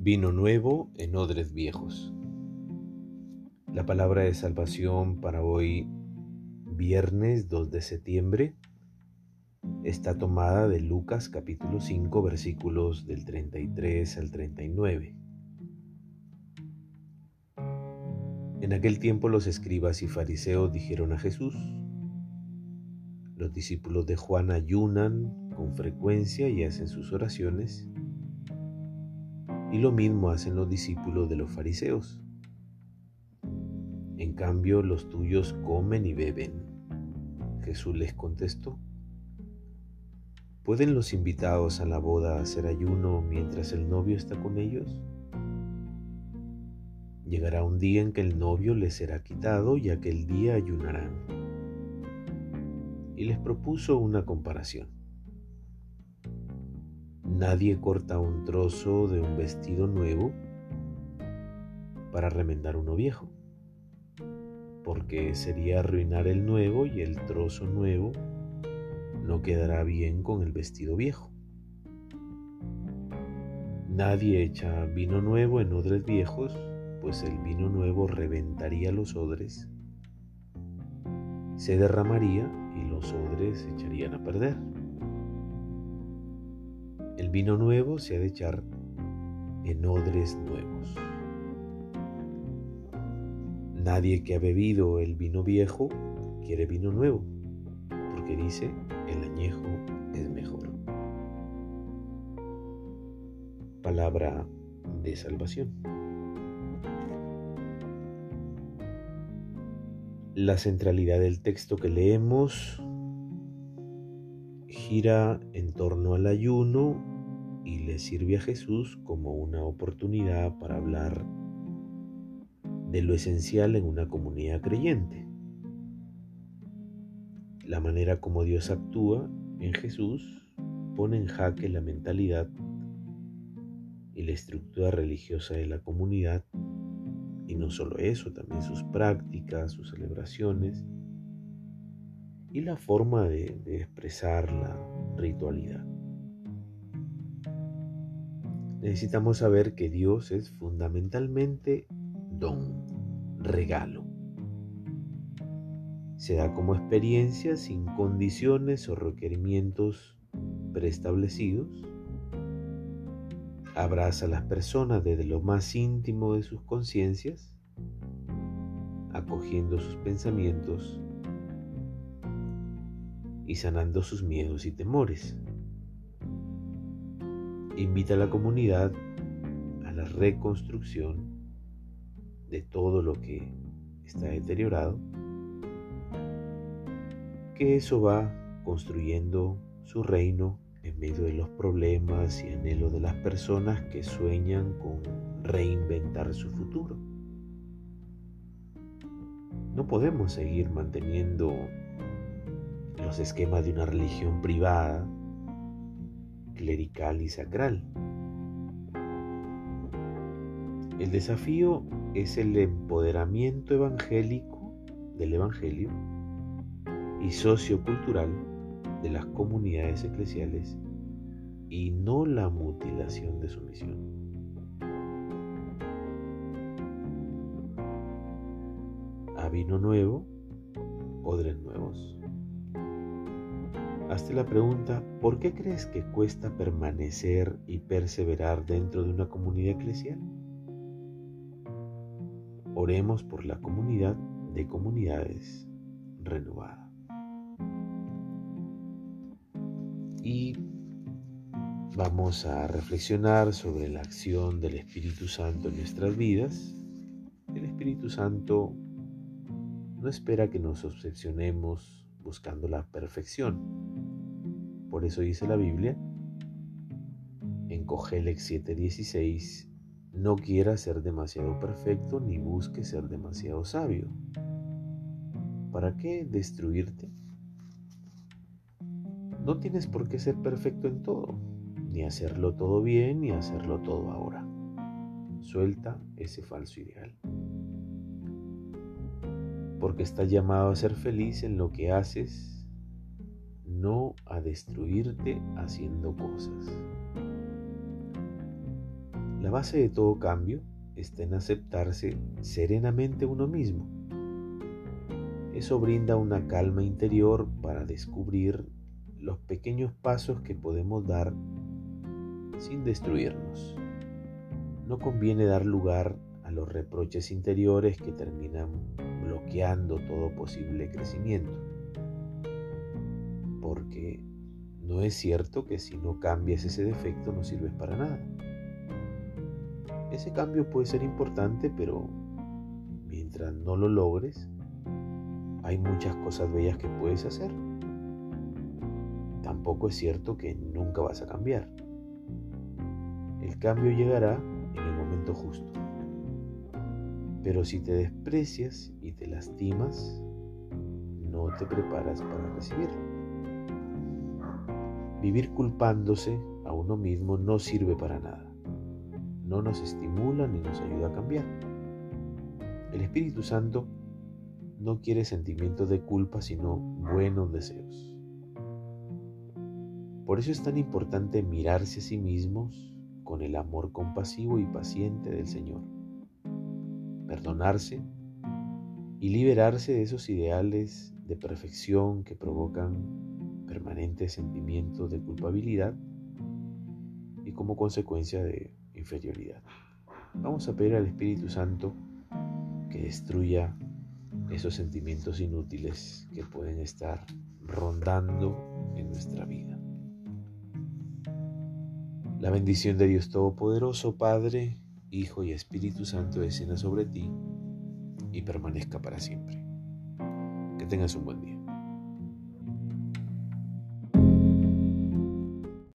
Vino nuevo en odres viejos. La palabra de salvación para hoy, viernes 2 de septiembre, está tomada de Lucas capítulo 5, versículos del 33 al 39. En aquel tiempo los escribas y fariseos dijeron a Jesús: los discípulos de Juan ayunan con frecuencia y hacen sus oraciones, y lo mismo hacen los discípulos de los fariseos. En cambio, los tuyos comen y beben. Jesús les contestó: ¿pueden los invitados a la boda hacer ayuno mientras el novio está con ellos? Llegará un día en que el novio les será quitado y aquel día ayunarán. Y les propuso una comparación. Nadie corta un trozo de un vestido nuevo para remendar uno viejo, porque sería arruinar el nuevo y el trozo nuevo no quedará bien con el vestido viejo. Nadie echa vino nuevo en odres viejos, pues el vino nuevo reventaría los odres, se derramaría y los odres se echarían a perder. El vino nuevo se ha de echar en odres nuevos. Nadie que ha bebido el vino viejo quiere vino nuevo, porque dice: el añejo es mejor. Palabra de salvación. La centralidad del texto que leemos gira en torno al ayuno y le sirve a Jesús como una oportunidad para hablar de lo esencial en una comunidad creyente. La manera como Dios actúa en Jesús pone en jaque la mentalidad y la estructura religiosa de la comunidad, y no solo eso, también sus prácticas, sus celebraciones y la forma de expresar la ritualidad. Necesitamos saber que Dios es fundamentalmente don, regalo. Se da como experiencia sin condiciones o requerimientos preestablecidos. Abraza a las personas desde lo más íntimo de sus conciencias, acogiendo sus pensamientos y sanando sus miedos y temores. Invita a la comunidad a la reconstrucción de todo lo que está deteriorado, que eso va construyendo su reino en medio de los problemas y anhelos de las personas que sueñan con reinventar su futuro. No podemos seguir manteniendo los esquemas de una religión privada, clerical y sacral. El desafío es el empoderamiento evangélico del Evangelio y sociocultural de las comunidades eclesiales, y no la mutilación de su misión. A vino nuevo, odres nuevos. Hazte la pregunta: ¿por qué crees que cuesta permanecer y perseverar dentro de una comunidad eclesial? Oremos por la comunidad de comunidades renovada. Y vamos a reflexionar sobre la acción del Espíritu Santo en nuestras vidas. El Espíritu Santo no espera que nos obsesionemos buscando la perfección. Por eso dice la Biblia en Cojelec 7:16: no quieras ser demasiado perfecto ni busques ser demasiado sabio. ¿Para qué destruirte? No tienes por qué ser perfecto en todo, ni hacerlo todo bien, ni hacerlo todo ahora. Suelta ese falso ideal. Porque estás llamado a ser feliz en lo que haces, no a destruirte haciendo cosas. La base de todo cambio está en aceptarse serenamente uno mismo. Eso brinda una calma interior para descubrir los pequeños pasos que podemos dar sin destruirnos. No conviene dar lugar a los reproches interiores que terminan bloqueando todo posible crecimiento. Porque no es cierto que si no cambias ese defecto no sirves para nada. Ese cambio puede ser importante, pero mientras no lo logres, hay muchas cosas bellas que puedes hacer. Tampoco es cierto que nunca vas a cambiar. El cambio llegará en el momento justo. Pero si te desprecias y te lastimas, no te preparas para recibirlo. Vivir culpándose a uno mismo no sirve para nada. No nos estimula ni nos ayuda a cambiar. El Espíritu Santo no quiere sentimientos de culpa, sino buenos deseos. Por eso es tan importante mirarse a sí mismos con el amor compasivo y paciente del Señor. Perdonarse y liberarse de esos ideales de perfección que provocan permanentes sentimientos de culpabilidad y como consecuencia de inferioridad. Vamos a pedir al Espíritu Santo que destruya esos sentimientos inútiles que pueden estar rondando en nuestra vida. La bendición de Dios Todopoderoso, Padre, Hijo y Espíritu Santo descienda sobre ti y permanezca para siempre. Que tengas un buen día.